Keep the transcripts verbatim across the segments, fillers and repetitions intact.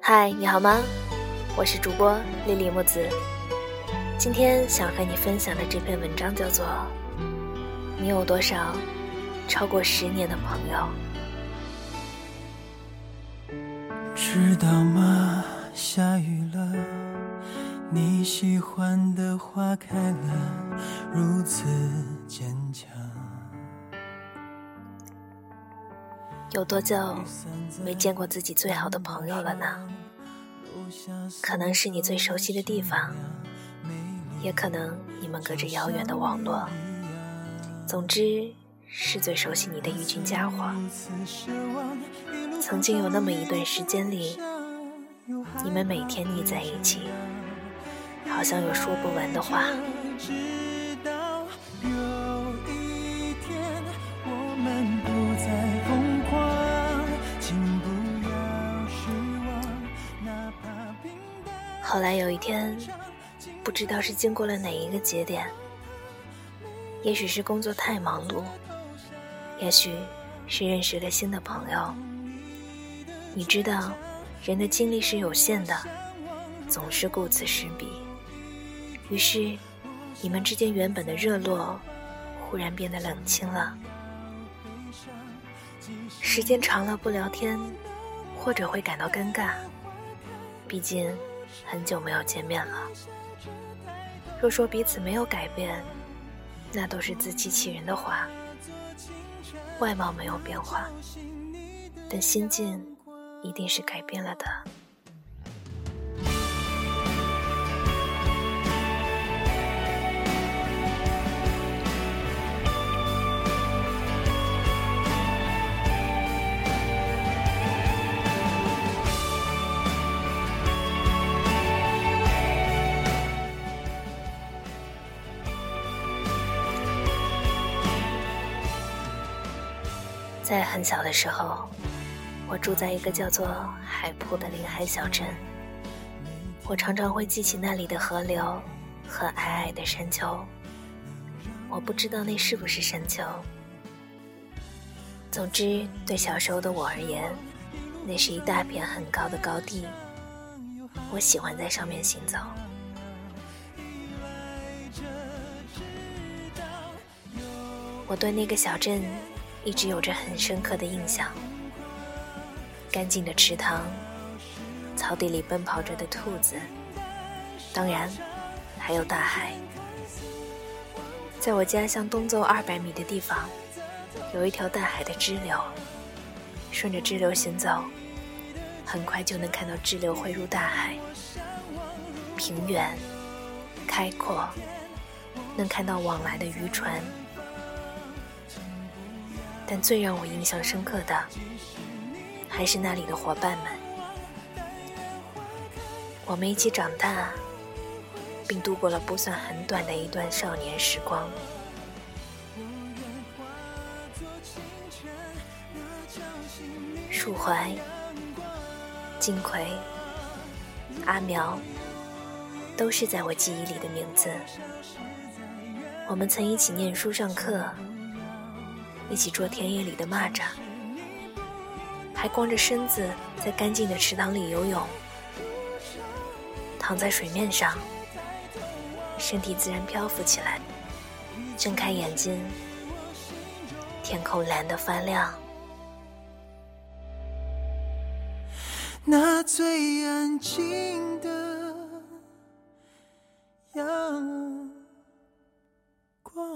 嗨，你好吗？我是主播莉莉木子。今天想和你分享的这篇文章叫做你有多少超过十年的朋友？ 知道吗？下雨了，你喜欢的花开了，如此坚强。 有多久没见过自己最好的朋友了呢？可能是你最熟悉的地方，也可能你们隔着遥远的网络，总之是最熟悉你的一群家伙。曾经有那么一段时间里，你们每天腻在一起，好像有说不完的话。后来有一天，不知道是经过了哪一个节点，也许是工作太忙碌，也许是认识了新的朋友。你知道，人的精力是有限的，总是顾此失彼。于是，你们之间原本的热络，忽然变得冷清了。时间长了不聊天，或者会感到尴尬，毕竟很久没有见面了。若说彼此没有改变，那都是自欺欺人的话。外貌没有变化，但心境一定是改变了的。在很小的时候，我住在一个叫做海铺的临海小镇。我常常会记起那里的河流和矮矮的山丘。我不知道那是不是山丘。总之，对小时候的我而言，那是一大片很高的高地。我喜欢在上面行走。我对那个小镇一直有着很深刻的印象。干净的池塘，草地里奔跑着的兔子，当然还有大海。在我家乡东走二百米的地方，有一条大海的支流，顺着支流行走，很快就能看到支流汇入大海。平原开阔，能看到往来的渔船。但最让我印象深刻的，还是那里的伙伴们。我们一起长大，并度过了不算很短的一段少年时光。树怀、金葵、阿苗，都是在我记忆里的名字。我们曾一起念书上课，一起捉田野里的蚂蚱，还光着身子在干净的池塘里游泳。躺在水面上，身体自然漂浮起来，睁开眼睛，天空蓝得发亮。 那最安静的阳光。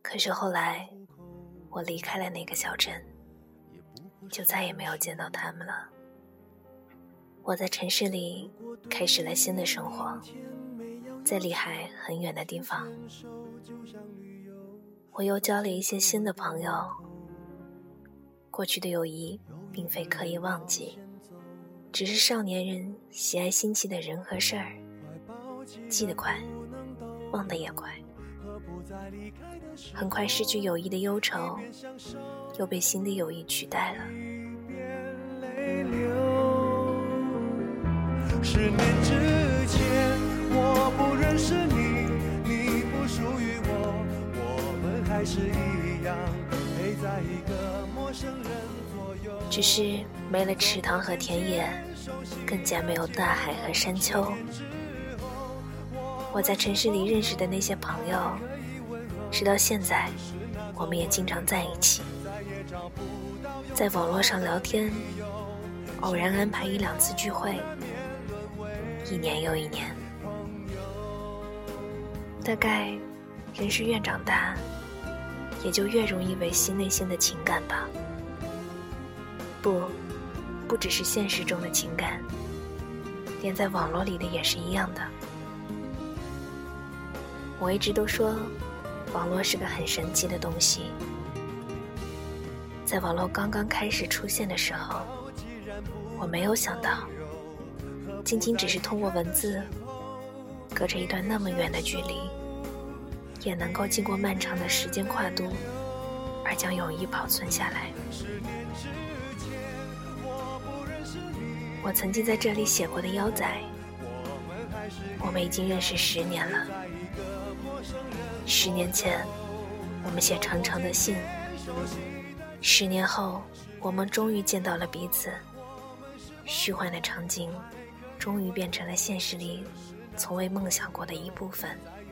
可是后来我离开了那个小镇，就再也没有见到他们了。我在城市里开始了新的生活，在离海很远的地方，我又交了一些新的朋友。过去的友谊并非刻意忘记，只是少年人喜爱新奇的人和事儿，记得快，忘得也快。很快失去友谊的忧愁又被新的友谊取代了。 十年之前我不认识你，你不属于我，我们还是一样陪在一个陌生人左右。 只是没了池塘和田野，更加没有大海和山丘。我在城市里认识的那些朋友，直到现在我们也经常在一起，在网络上聊天，偶然安排一两次聚会，一年又一年。大概人是越长大，也就越容易维系内心的情感吧。不，不只是现实中的情感，连在网络里的也是一样的。我一直都说网络是个很神奇的东西，在网络刚刚开始出现的时候，我没有想到仅仅只是通过文字，隔着一段那么远的距离，也能够经过漫长的时间跨度而将友谊保存下来。我曾经在这里写过的腰仔，我们已经认识十年了。十年前我们写长长的信，十年后我们终于见到了彼此，虚幻的场景终于变成了现实里从未梦想过的一部分。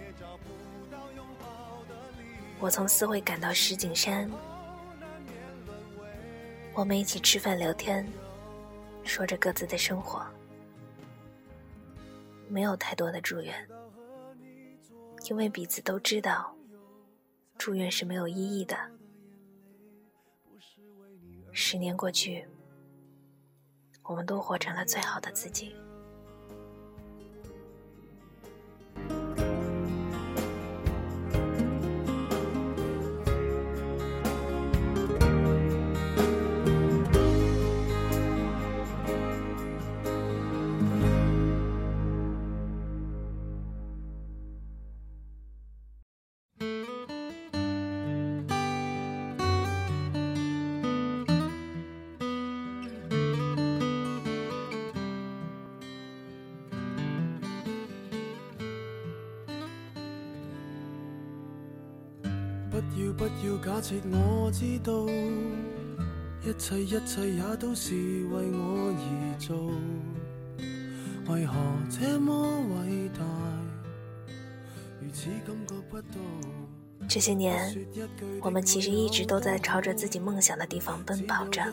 我从思会赶到石景山，我们一起吃饭聊天，说着各自的生活，没有太多的祝愿，因为彼此都知道祝愿是没有意义的。十年过去，我们都活成了最好的自己。 不要不要假設我知道，一切一切也都是為我而做，為何這麼偉大，如此感覺不到。 这些年我们其实一直都在朝着自己梦想的地方奔跑着，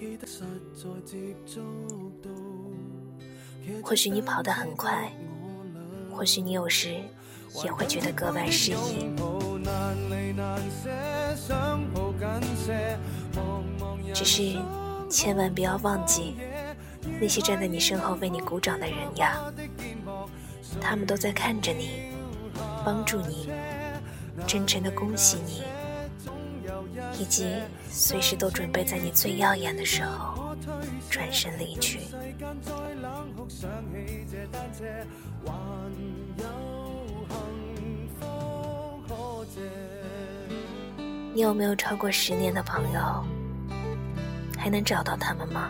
或许你跑得很快，或许你有时也会觉得格外适宜，只是千万不要忘记那些站在你身后为你鼓掌的人呀，他们都在看着你，帮助你，真诚地恭喜你，以及随时都准备在你最耀眼的时候转身离去。你有没有超过十年的朋友？还能找到他们吗？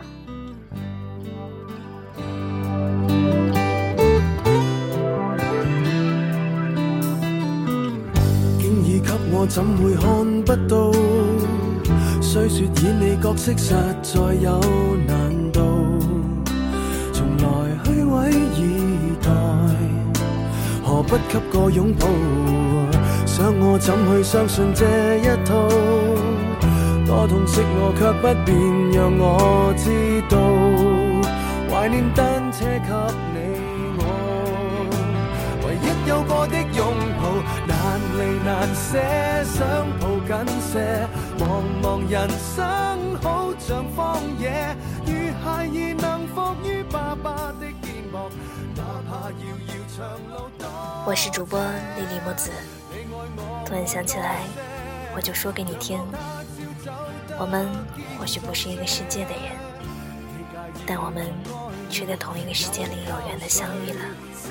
經已給我怎會看不到，雖說演你角色實在有難度，從來虛偽以待，何不給個擁抱，想我怎去相信這一套，多痛惜我卻不便讓我知道，懷念單車給你我，為一有過的擁抱，難離難捨，想抱緊些。茫茫人生好像荒野，如孩兒能伏於爸爸的肩膊，哪怕遙遙長路多。 我是主播莉莉木子，突然想起来，我就說給你聽。我們或許不是一個世界的人，但我們卻在同一個世界裡有緣的相遇了。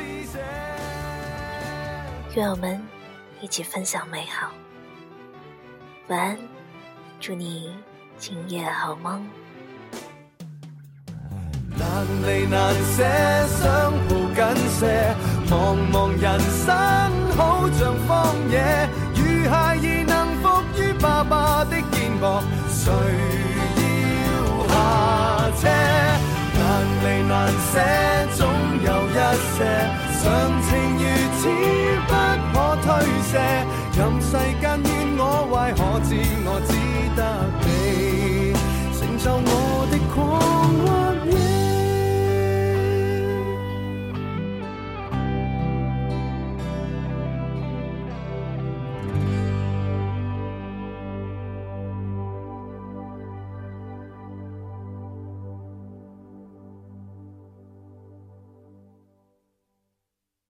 願我們一起分享美好。晚安，祝你今夜好夢。 難離難捨，想抱緊些，茫茫人生好像荒野，如孩兒能伏於爸爸的肩膊，誰要下車？難離難捨，總有一些常情如此不可推卸，任世間怨我壞，可知我知